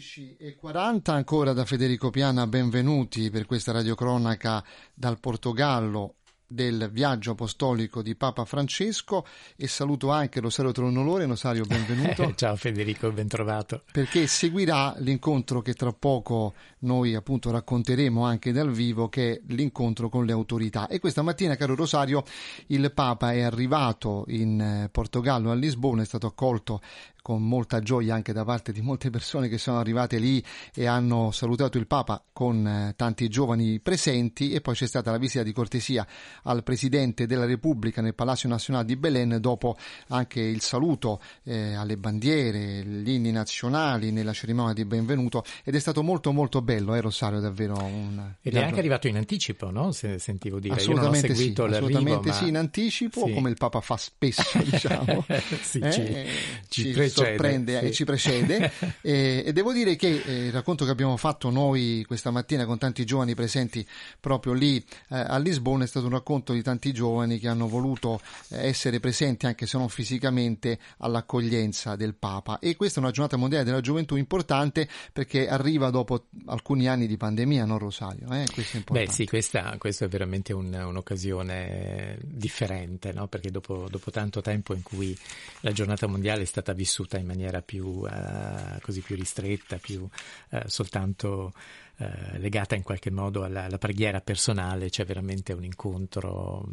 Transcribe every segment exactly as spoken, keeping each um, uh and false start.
undici e quaranta ancora da Federico Piana, benvenuti per questa radiocronaca dal Portogallo del viaggio apostolico di Papa Francesco, e saluto anche Rosario Tronolore. Rosario, benvenuto. Ciao Federico, ben trovato. Perché seguirà l'incontro che tra poco noi appunto racconteremo anche dal vivo, che è l'incontro con le autorità. E questa mattina, caro Rosario, il Papa è arrivato in Portogallo, a Lisbona, è stato accolto con molta gioia anche da parte di molte persone che sono arrivate lì e hanno salutato il Papa con eh, tanti giovani presenti, e poi c'è stata la visita di cortesia al Presidente della Repubblica nel Palazzo Nazionale di Belém, dopo anche il saluto eh, alle bandiere, gli inni nazionali nella cerimonia di benvenuto, ed è stato molto molto bello, eh Rosario, davvero un ed è anche arrivato in anticipo, no? Se sentivo dire. Assolutamente, io non ho seguito sì, assolutamente ma... sì, in anticipo, sì. come il Papa fa spesso, diciamo. sì, eh, ci, ci, ci sorprende sì. e ci precede e, e devo dire che eh, il racconto che abbiamo fatto noi questa mattina con tanti giovani presenti proprio lì eh, a Lisbona è stato un racconto di tanti giovani che hanno voluto eh, essere presenti, anche se non fisicamente, all'accoglienza del Papa. E questa è una giornata mondiale della gioventù importante, perché arriva dopo alcuni anni di pandemia, no Rosario? Eh? Questo è importante. Beh sì, questa, questa è veramente un, un'occasione differente, no? Perché dopo, dopo tanto tempo in cui la giornata mondiale è stata vissuta in maniera più uh, così più ristretta, più uh, soltanto uh, legata in qualche modo alla, alla preghiera personale, c'è veramente un incontro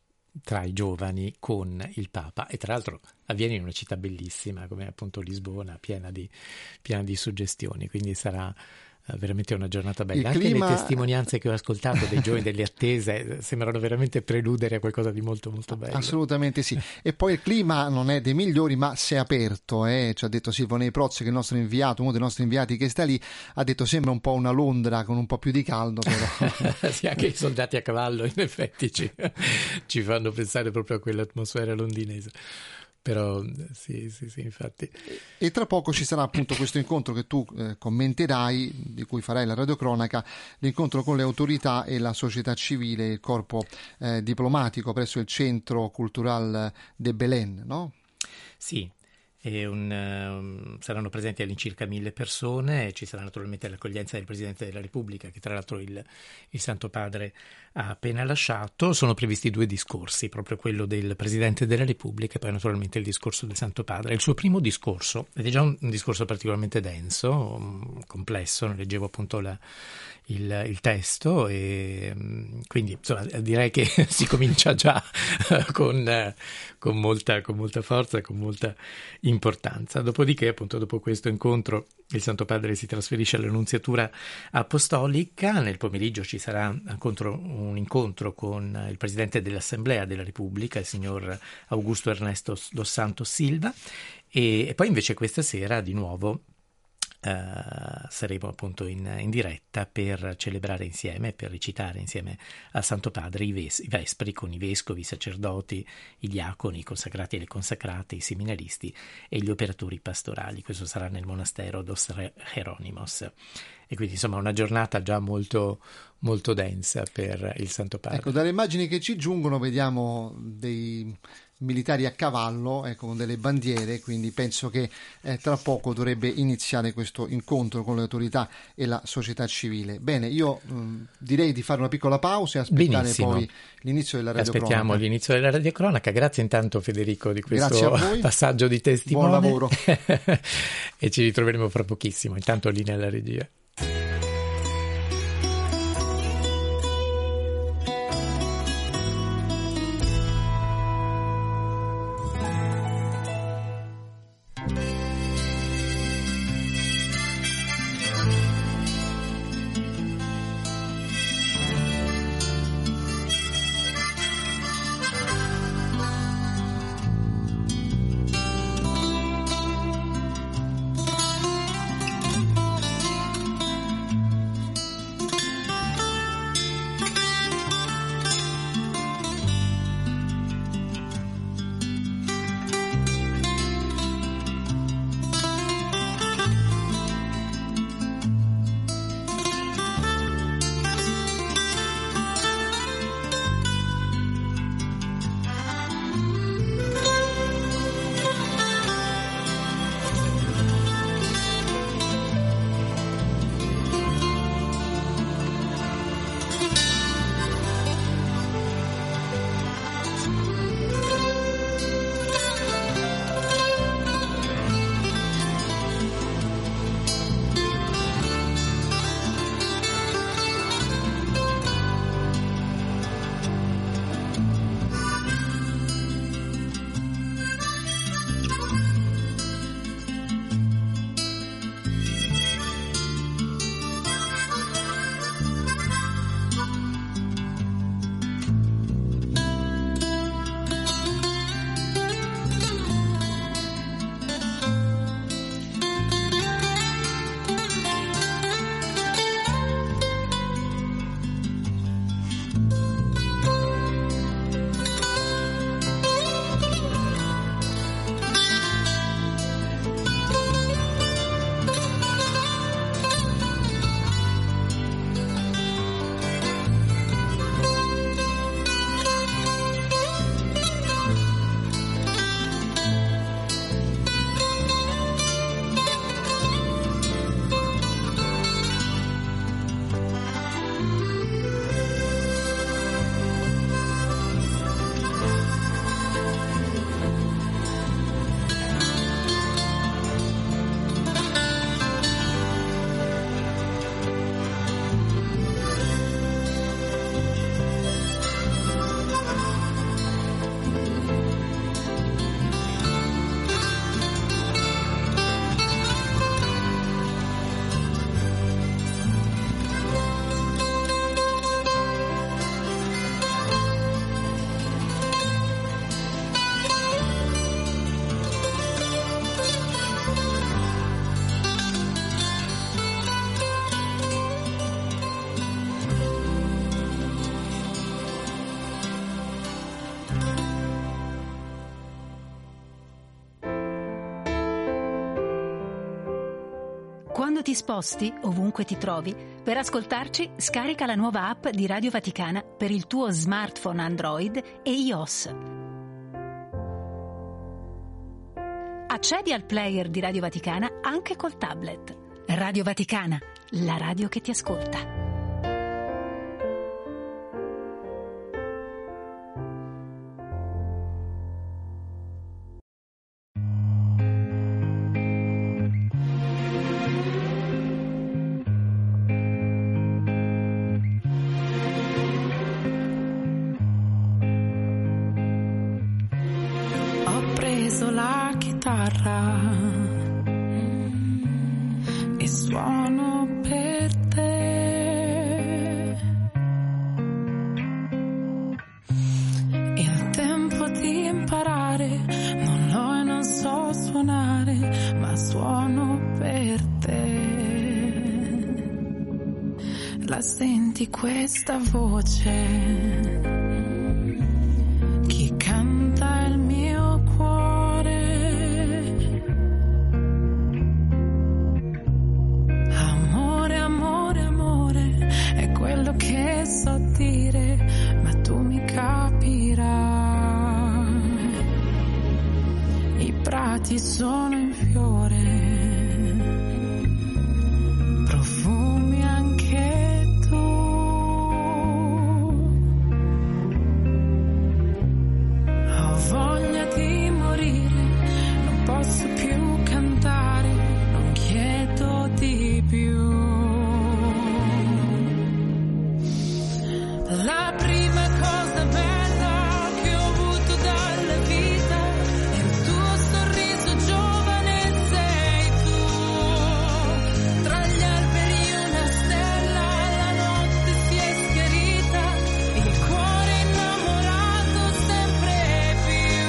tra i giovani con il Papa, e tra l'altro avviene in una città bellissima come appunto Lisbona, piena di, piena di suggestioni, quindi sarà veramente una giornata bella. Il anche clima... le testimonianze che ho ascoltato dei giovani, delle attese, sembrano veramente preludere a qualcosa di molto molto bello. Assolutamente sì. E poi il clima non è dei migliori, ma si è aperto, eh? Ci ha detto Silvone Prozzi, che è il nostro inviato, uno dei nostri inviati che sta lì, ha detto sembra un po' una Londra con un po' più di caldo, però sì, anche i soldati a cavallo in effetti ci, ci fanno pensare proprio a quell'atmosfera londinese. Però sì, sì, sì, infatti. E tra poco ci sarà appunto questo incontro che tu eh, commenterai, di cui farai la radiocronaca, l'incontro con le autorità e la società civile, il corpo eh, diplomatico presso il Centro Cultural de Belém, no? Sì. E un, um, saranno presenti all'incirca mille persone, e ci sarà naturalmente l'accoglienza del Presidente della Repubblica, che tra l'altro il, il Santo Padre ha appena lasciato. Sono previsti due discorsi, proprio quello del Presidente della Repubblica e poi naturalmente il discorso del Santo Padre. Il suo primo discorso, ed è già un, un discorso particolarmente denso, um, complesso, ne leggevo appunto la, il, il testo, e um, quindi insomma direi che si comincia già con, uh, con, molta, con molta forza, con molta importanza. Dopodiché, appunto, dopo questo incontro, il Santo Padre si trasferisce all'Annunziatura Apostolica. Nel pomeriggio ci sarà un incontro con il Presidente dell'Assemblea della Repubblica, il signor Augusto Ernesto dos Santos Silva, e, e poi invece questa sera di nuovo Uh, saremo appunto in, in diretta per celebrare insieme, per recitare insieme al Santo Padre i, ves- i vespri con i vescovi, i sacerdoti, i diaconi, i consacrati e le consacrate, i seminaristi e gli operatori pastorali. Questo sarà nel monastero dos Jerónimos. E quindi insomma una giornata già molto, molto densa per il Santo Padre. Ecco, dalle immagini che ci giungono vediamo dei militari a cavallo, ecco, con delle bandiere, quindi penso che eh, tra poco dovrebbe iniziare questo incontro con le autorità e la società civile. Bene, io mh, direi di fare una piccola pausa e aspettare Benissimo. Poi l'inizio della radiocronaca. Aspettiamo l'inizio della radiocronaca. Grazie intanto Federico di questo passaggio di testimone. Buon lavoro. E ci ritroveremo fra pochissimo. Intanto lì nella regia. Quando ti sposti, ovunque ti trovi, per ascoltarci scarica la nuova app di Radio Vaticana per il tuo smartphone Android e iOS. Accedi al player di Radio Vaticana anche col tablet. Radio Vaticana, la radio che ti ascolta. La chitarra e suono per te. Il tempo di imparare non l'ho e non so suonare, ma suono per te. La senti questa voce? Chi canta il mio cuore? Amore, amore, amore, è quello che so dire, ma tu mi capirai. I prati sono in fiore, profumi anche tu. Ho voglia di morire, non posso più cantare, non chiedo di più. La prima cosa bella che ho avuto dalla vita è il tuo sorriso giovane, sei tu. Tra gli alberi una stella, la notte si è schiarita, il cuore innamorato sempre più.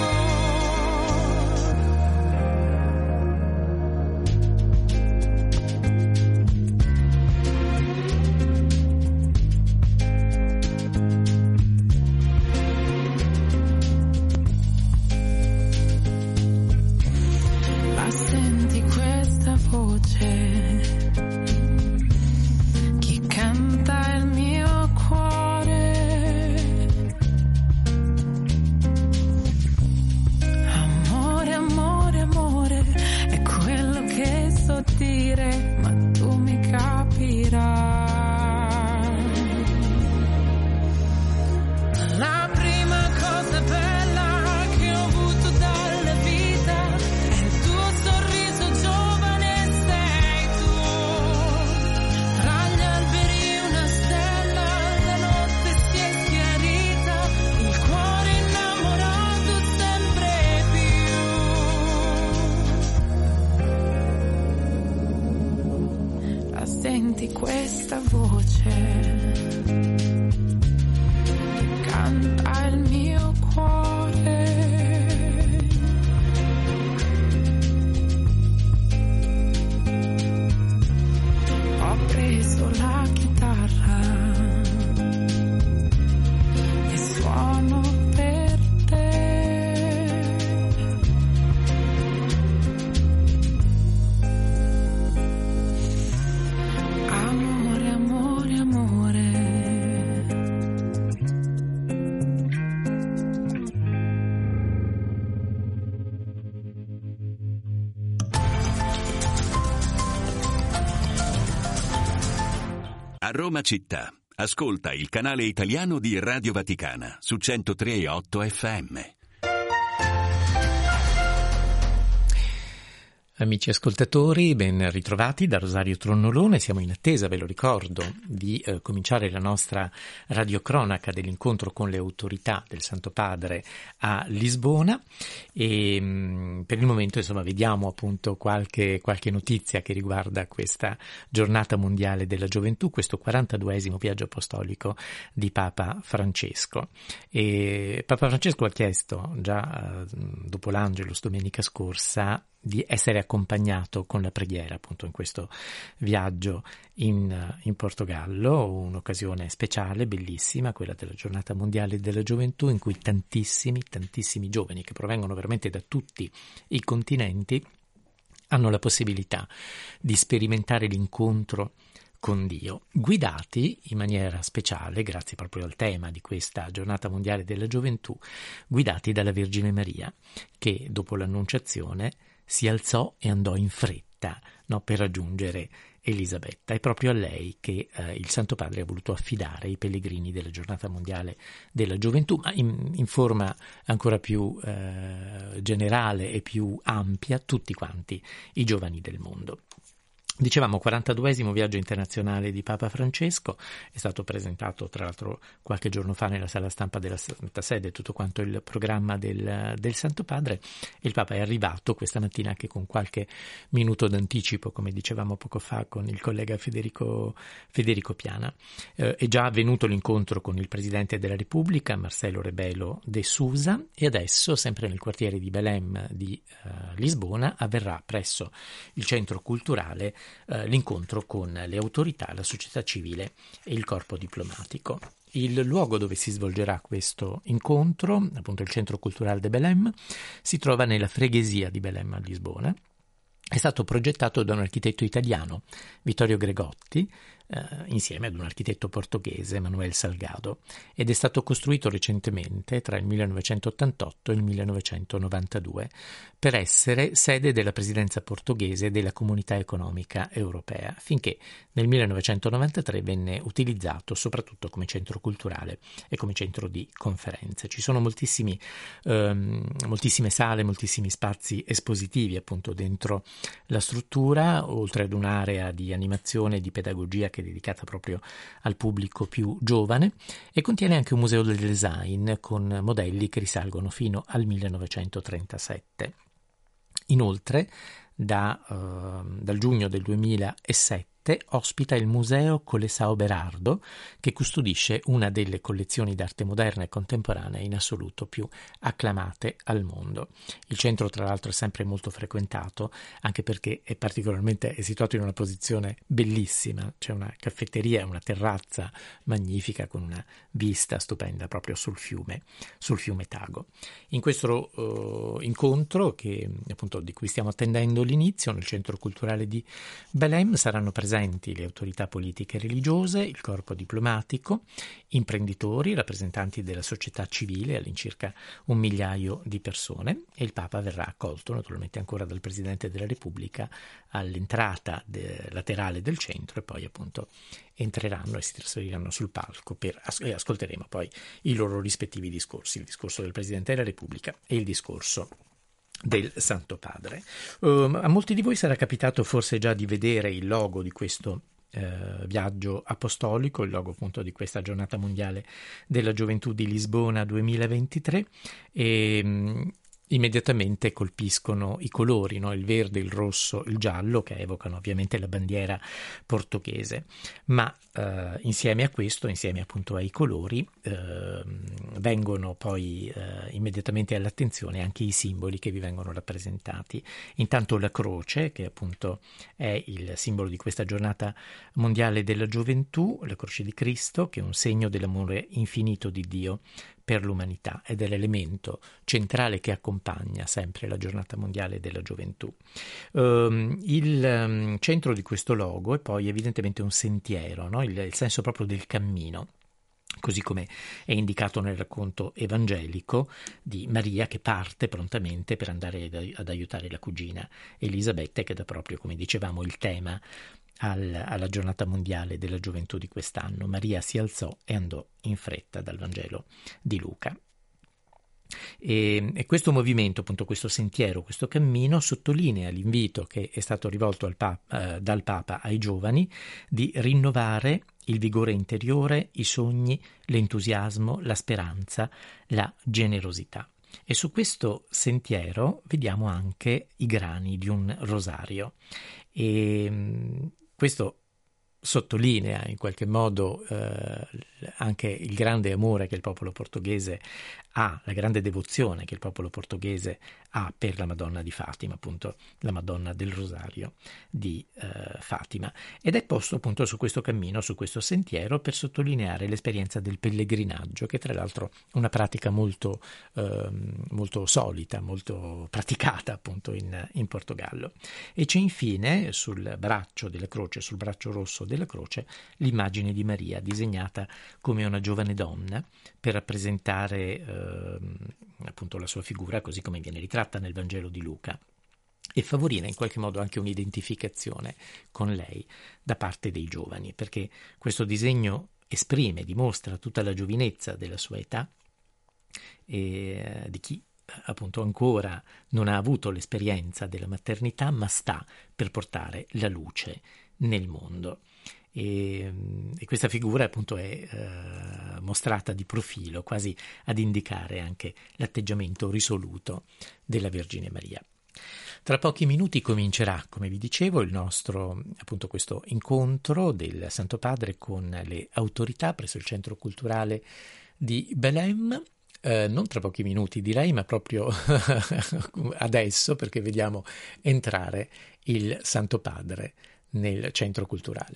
La senti questa voce? Chi canta il mio cuore? Amore, amore, amore, è quello che so dire, ma tu mi capirai. La prima cosa bella che ho avuto dalla vita è il tuo sorriso giovane, sei tu. Tra gli alberi una stella, la notte si è schiarita, il cuore innamorato sempre più. La senti questa voce? Canta il mio cuore. Ho preso la chitarra e suono per te. Amore, amore, amore. A Roma città, ascolta il canale italiano di Radio Vaticana su centotré virgola otto F M. Amici ascoltatori, ben ritrovati da Rosario Tronnolone. Siamo in attesa, ve lo ricordo, di eh, cominciare la nostra radiocronaca dell'incontro con le autorità del Santo Padre a Lisbona e mh, per il momento insomma vediamo appunto qualche, qualche notizia che riguarda questa giornata mondiale della gioventù, questo quarantaduesimo viaggio apostolico di Papa Francesco. E Papa Francesco ha chiesto già eh, dopo l'Angelus domenica scorsa di essere accompagnato con la preghiera appunto in questo viaggio in, in Portogallo, un'occasione speciale, bellissima, quella della giornata mondiale della gioventù, in cui tantissimi, tantissimi giovani che provengono veramente da tutti i continenti hanno la possibilità di sperimentare l'incontro con Dio, guidati in maniera speciale, grazie proprio al tema di questa giornata mondiale della gioventù, guidati dalla Vergine Maria, che dopo l'Annunciazione si alzò e andò in fretta, no, per raggiungere Elisabetta. È proprio a lei che eh, il Santo Padre ha voluto affidare i pellegrini della giornata mondiale della gioventù, ma in, in forma ancora più eh, generale e più ampia, tutti quanti i giovani del mondo. Dicevamo, quarantaduesimo viaggio internazionale di Papa Francesco, è stato presentato tra l'altro qualche giorno fa nella sala stampa della Santa Sede tutto quanto il programma del, del Santo Padre, e il Papa è arrivato questa mattina anche con qualche minuto d'anticipo, come dicevamo poco fa con il collega Federico, Federico Piana. Eh, è già avvenuto l'incontro con il Presidente della Repubblica, Marcelo Rebelo de Sousa, e adesso, sempre nel quartiere di Belém di eh, Lisbona, avverrà presso il centro culturale Uh, l'incontro con le autorità, la società civile e il corpo diplomatico. Il luogo dove si svolgerà questo incontro, appunto il Centro Culturale de Belém, si trova nella Freguesia di Belém a Lisbona. È stato progettato da un architetto italiano, Vittorio Gregotti, eh, insieme ad un architetto portoghese, Manuel Salgado, ed è stato costruito recentemente tra il millenovecentottantotto e il millenovecentonovantadue per essere sede della presidenza portoghese della Comunità Economica Europea, finché nel millenovecentonovantatré venne utilizzato soprattutto come centro culturale e come centro di conferenze. Ci sono moltissimi, ehm, moltissime sale, moltissimi spazi espositivi appunto dentro la struttura, oltre ad un'area di animazione e di pedagogia che è dedicata proprio al pubblico più giovane, e contiene anche un museo del design con modelli che risalgono fino al millenovecentotrentasette. Inoltre, da, uh, dal giugno del duemilasette ospita il Museo Coleção Berardo, che custodisce una delle collezioni d'arte moderna e contemporanea in assoluto più acclamate al mondo. Il centro, tra l'altro, è sempre molto frequentato, anche perché è particolarmente è situato in una posizione bellissima. C'è una caffetteria, una terrazza magnifica con una vista stupenda proprio sul fiume, sul fiume Tago. In questo uh, incontro, che appunto di cui stiamo attendendo l'inizio, nel centro culturale di Belém saranno presenti le autorità politiche e religiose, il corpo diplomatico, imprenditori, rappresentanti della società civile, all'incirca un migliaio di persone, e il Papa verrà accolto naturalmente ancora dal Presidente della Repubblica all'entrata de- laterale del centro, e poi appunto entreranno e si trasferiranno sul palco per as- e ascolteremo poi i loro rispettivi discorsi, il discorso del Presidente della Repubblica e il discorso del Santo Padre. Uh, a molti di voi sarà capitato forse già di vedere il logo di questo uh, viaggio apostolico, il logo appunto di questa giornata mondiale della gioventù di Lisbona duemilaventitré, e um, immediatamente colpiscono i colori, no? Il verde, il rosso, il giallo, che evocano ovviamente la bandiera portoghese, ma eh, insieme a questo, insieme appunto ai colori, eh, vengono poi eh, immediatamente all'attenzione anche i simboli che vi vengono rappresentati. Intanto la croce, che appunto è il simbolo di questa giornata mondiale della gioventù, la croce di Cristo, che è un segno dell'amore infinito di Dio per l'umanità ed è l'elemento centrale che accompagna sempre la giornata mondiale della gioventù. Um, il um, centro di questo logo è poi evidentemente un sentiero, no? il, il senso proprio del cammino, così come è indicato nel racconto evangelico di Maria, che parte prontamente per andare ad, ad aiutare la cugina Elisabetta, che dà proprio, come dicevamo, il tema al, alla giornata mondiale della gioventù di quest'anno. Maria si alzò e andò in fretta, dal Vangelo di Luca. E, e questo movimento, appunto questo sentiero, questo cammino sottolinea l'invito che è stato rivolto al Papa, eh, dal Papa ai giovani di rinnovare il vigore interiore, i sogni, l'entusiasmo, la speranza, la generosità. E su questo sentiero vediamo anche i grani di un rosario. E questo sottolinea in qualche modo eh, anche il grande amore che il popolo portoghese ha, la grande devozione che il popolo portoghese ha per la Madonna di Fatima, appunto la Madonna del Rosario di eh, Fatima, ed è posto appunto su questo cammino, su questo sentiero, per sottolineare l'esperienza del pellegrinaggio, che tra l'altro è una pratica molto, eh, molto solita, molto praticata appunto in, in Portogallo. E c'è infine sul braccio della croce, sul braccio rosso della croce, l'immagine di Maria disegnata come una giovane donna per rappresentare eh, appunto la sua figura così come viene ritratta nel Vangelo di Luca, e favorire in qualche modo anche un'identificazione con lei da parte dei giovani, perché questo disegno esprime, dimostra tutta la giovinezza della sua età e di chi appunto ancora non ha avuto l'esperienza della maternità, ma sta per portare la luce nel mondo. E, e questa figura appunto è eh, mostrata di profilo, quasi ad indicare anche l'atteggiamento risoluto della Vergine Maria. Tra pochi minuti comincerà, come vi dicevo, il nostro appunto questo incontro del Santo Padre con le autorità presso il Centro Culturale di Belém. Eh, non tra pochi minuti direi, ma proprio adesso, perché vediamo entrare il Santo Padre nel Centro Culturale.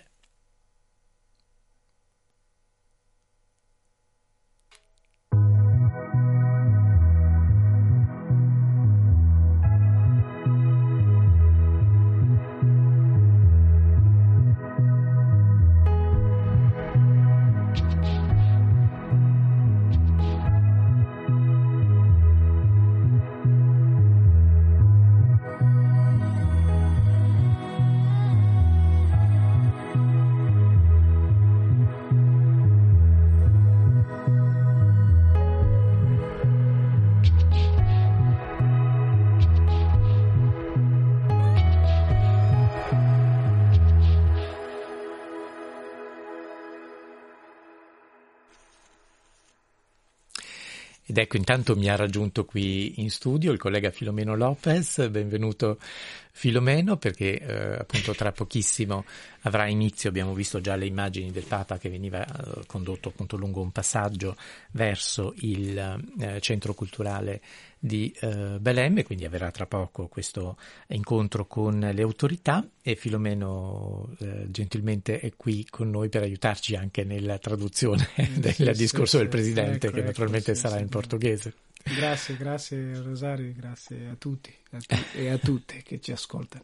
Ed ecco, intanto mi ha raggiunto qui in studio il collega Filomeno Lopez. Benvenuto Filomeno, perché eh, appunto tra pochissimo avrà inizio, abbiamo visto già le immagini del Papa che veniva eh, condotto appunto lungo un passaggio verso il eh, centro culturale di eh, Belém, e quindi avverrà tra poco questo incontro con le autorità, e Filomeno eh, gentilmente è qui con noi per aiutarci anche nella traduzione del sì, discorso sì, del Presidente, ecco, che naturalmente ecco, sì, sarà sì, in portoghese. Grazie, grazie Rosario, grazie a tutti a tu- e a tutte che ci ascoltano.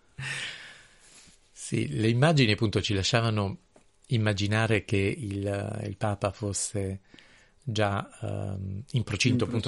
Sì, le immagini appunto ci lasciavano immaginare che il, il Papa fosse già um, in procinto appunto